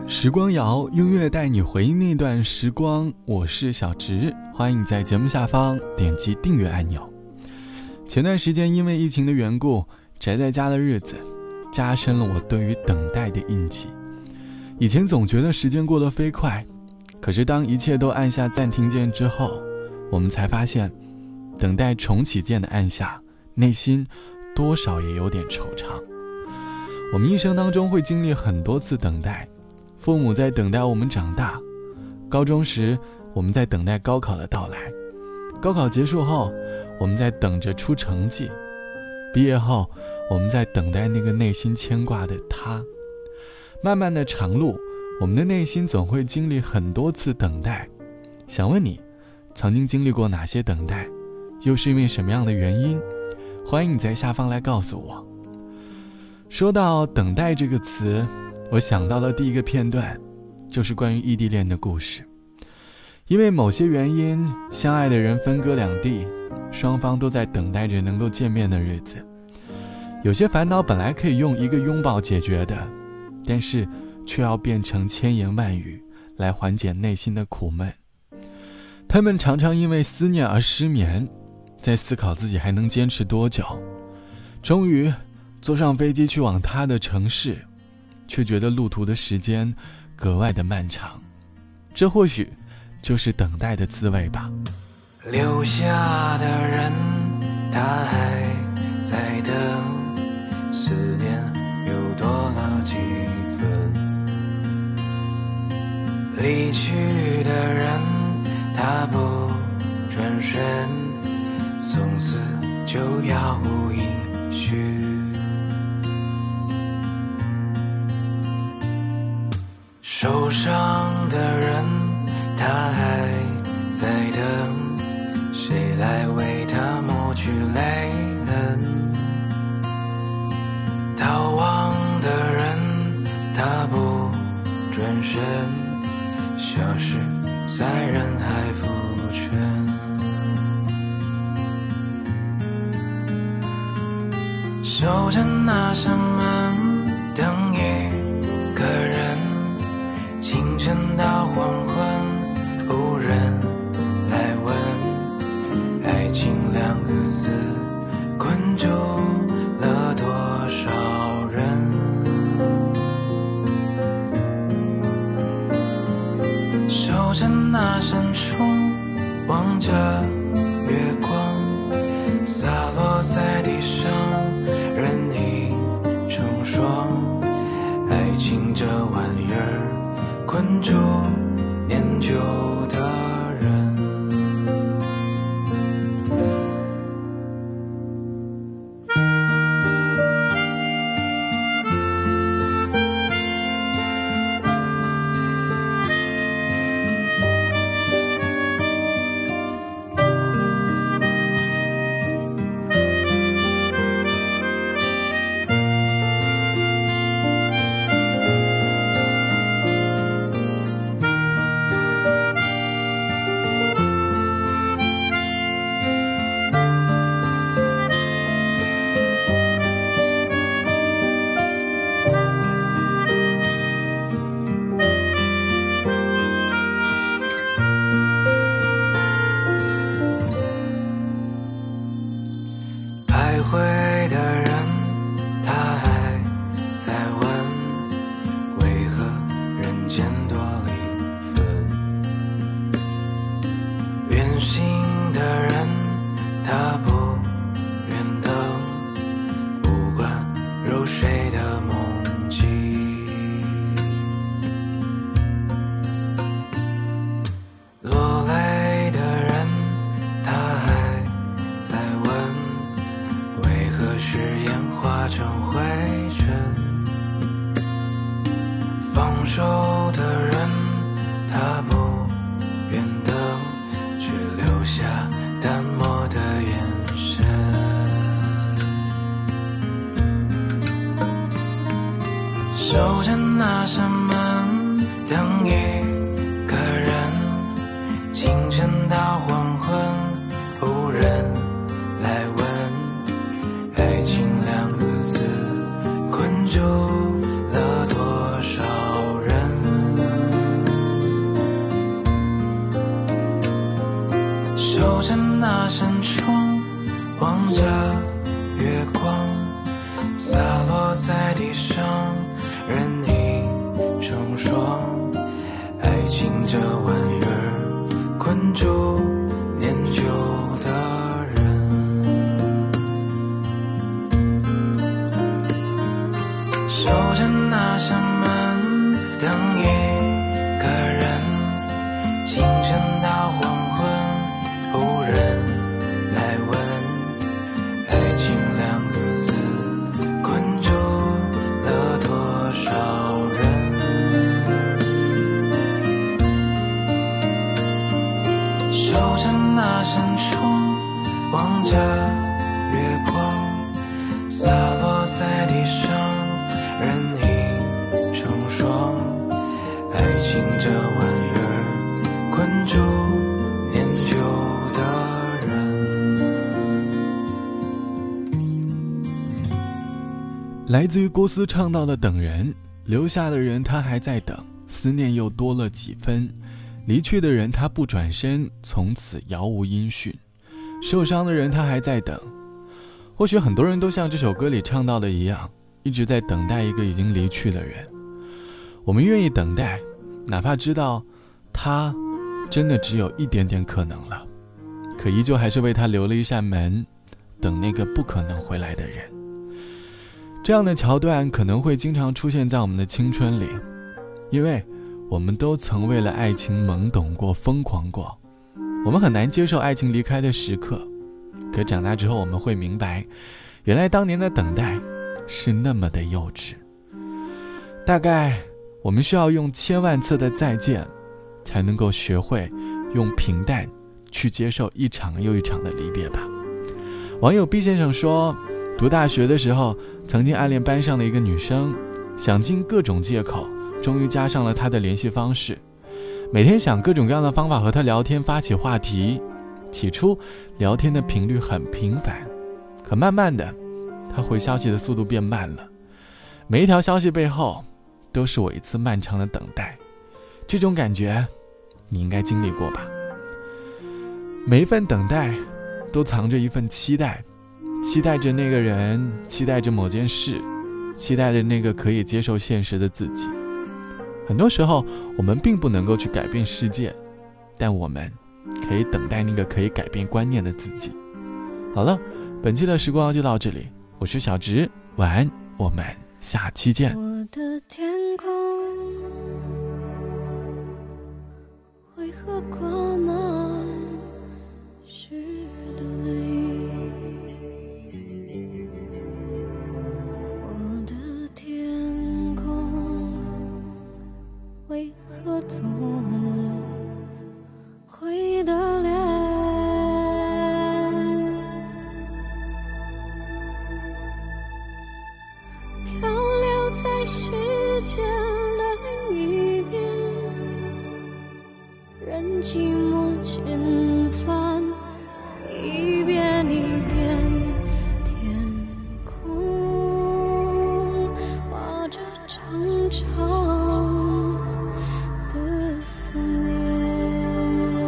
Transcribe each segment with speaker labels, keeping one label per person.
Speaker 1: 时光谣，音乐带你回忆那段时光，我是小直，欢迎在节目下方点击订阅按钮。前段时间因为疫情的缘故，宅在家的日子加深了我对于等待的印记。以前总觉得时间过得飞快，可是当一切都按下暂停键之后，我们才发现等待重启键的按下，内心多少也有点惆怅。我们一生当中会经历很多次等待，父母在等待我们长大，高中时我们在等待高考的到来，高考结束后我们在等着出成绩，毕业后我们在等待那个内心牵挂的他。漫漫的长路，我们的内心总会经历很多次等待。想问你，曾经经历过哪些等待，又是因为什么样的原因？欢迎你在下方来告诉我。说到等待这个词，我想到的第一个片段就是关于异地恋的故事。因为某些原因，相爱的人分隔两地，双方都在等待着能够见面的日子。有些烦恼本来可以用一个拥抱解决的，但是却要变成千言万语来缓解内心的苦闷。他们常常因为思念而失眠，在思考自己还能坚持多久。终于坐上飞机去往他的城市，却觉得路途的时间格外的漫长。这或许就是等待的滋味吧。
Speaker 2: 留下的人他还在等，思念又多了几分。离去的人他不转身，从此就杳无音讯。受伤的人他还在等，谁来为他抹去泪痕。逃亡的人他不转身，消失在人海浮沉。守着那扇门等一个人，清晨到黄昏无人来问，爱情两个字困住了多少人。守着那扇窗，望着月光洒落在地上，人影成双。爱情这玩意儿困住念旧的人。徘徊的人他还在问，为何人间多离分。远行的人他不愿等，不管入谁的梦境。落泪的人他还在问，为何誓言化成灰尘。放手的人他不愿等，却留下淡漠的眼神。守着那扇门等一个人，清晨到黄昏无人来问，爱情两个字困住了多少人。 洒落在地上，任你成双。爱情这玩意儿困住念旧的人，守着那扇门等一个人，清晨到黄昏无人来问，爱情两个字困住了多少人，守着那扇窗，望着月光洒落在地上，任你成双。爱情这玩意儿困住念旧的人。
Speaker 1: 来自于郭思唱到的等人，留下的人他还在等，思念又多了几分，离去的人他不转身，从此杳无音讯，受伤的人他还在等。或许很多人都像这首歌里唱到的一样，一直在等待一个已经离去的人。我们愿意等待，哪怕知道他真的只有一点点可能了，可依旧还是为他留了一扇门，等那个不可能回来的人。这样的桥段可能会经常出现在我们的青春里，因为我们都曾为了爱情懵懂过，疯狂过。我们很难接受爱情离开的时刻，可长大之后我们会明白，原来当年的等待是那么的幼稚。大概我们需要用千万次的再见，才能够学会用平淡去接受一场又一场的离别吧。网友 B 先生说，读大学的时候曾经暗恋班上的一个女生，想尽各种借口，终于加上了她的联系方式，每天想各种各样的方法和她聊天，发起话题。起初聊天的频率很频繁，可慢慢的她回消息的速度变慢了，每一条消息背后都是我一次漫长的等待。这种感觉你应该经历过吧。每一份等待都藏着一份期待，期待着那个人，期待着某件事，期待着那个可以接受现实的自己。很多时候我们并不能够去改变世界，但我们可以等待那个可以改变观念的自己。好了，本期的时光就到这里，我是小直，晚安，我们下期见。
Speaker 3: 我的天空为何挂满湿的泪？我的天空为何总灰的脸？漂流在时间的另一边，任寂寞侵犯，一遍一遍，天空画着长长的思念。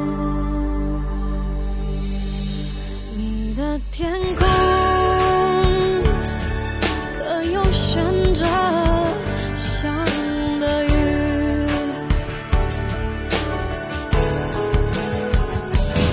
Speaker 3: 你的天空可有悬着想的雨？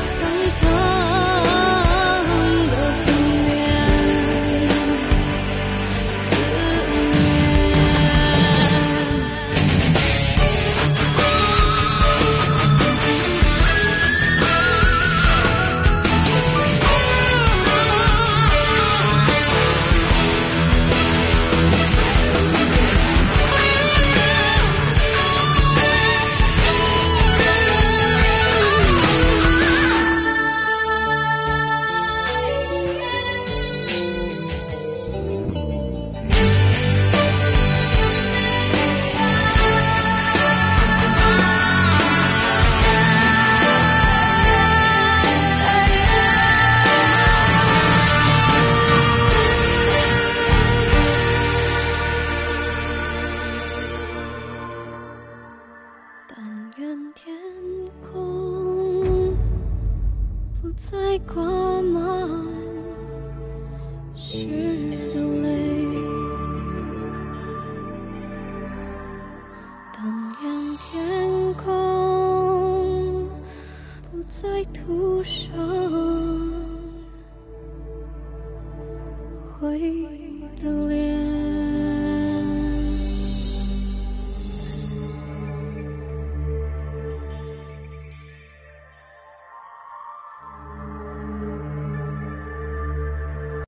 Speaker 3: 层层的思念，思念。但愿天空不再挂满湿的泪，但愿天空不再涂上灰的脸。